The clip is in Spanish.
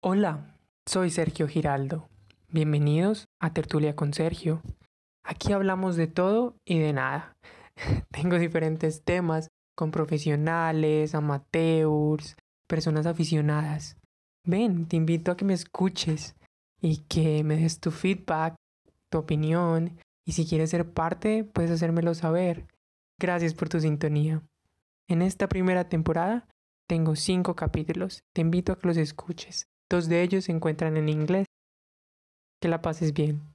Hola, soy Sergio Giraldo. Bienvenidos a Tertulia con Sergio. Aquí hablamos de todo y de nada. Tengo diferentes temas con profesionales, amateurs, personas aficionadas. Ven, te invito a que me escuches y que me des tu feedback, tu opinión, y si quieres ser parte, puedes hacérmelo saber. Gracias por tu sintonía. En esta primera temporada tengo 5 capítulos. Te invito a que los escuches. 2 de ellos se encuentran en inglés. Que la pases bien.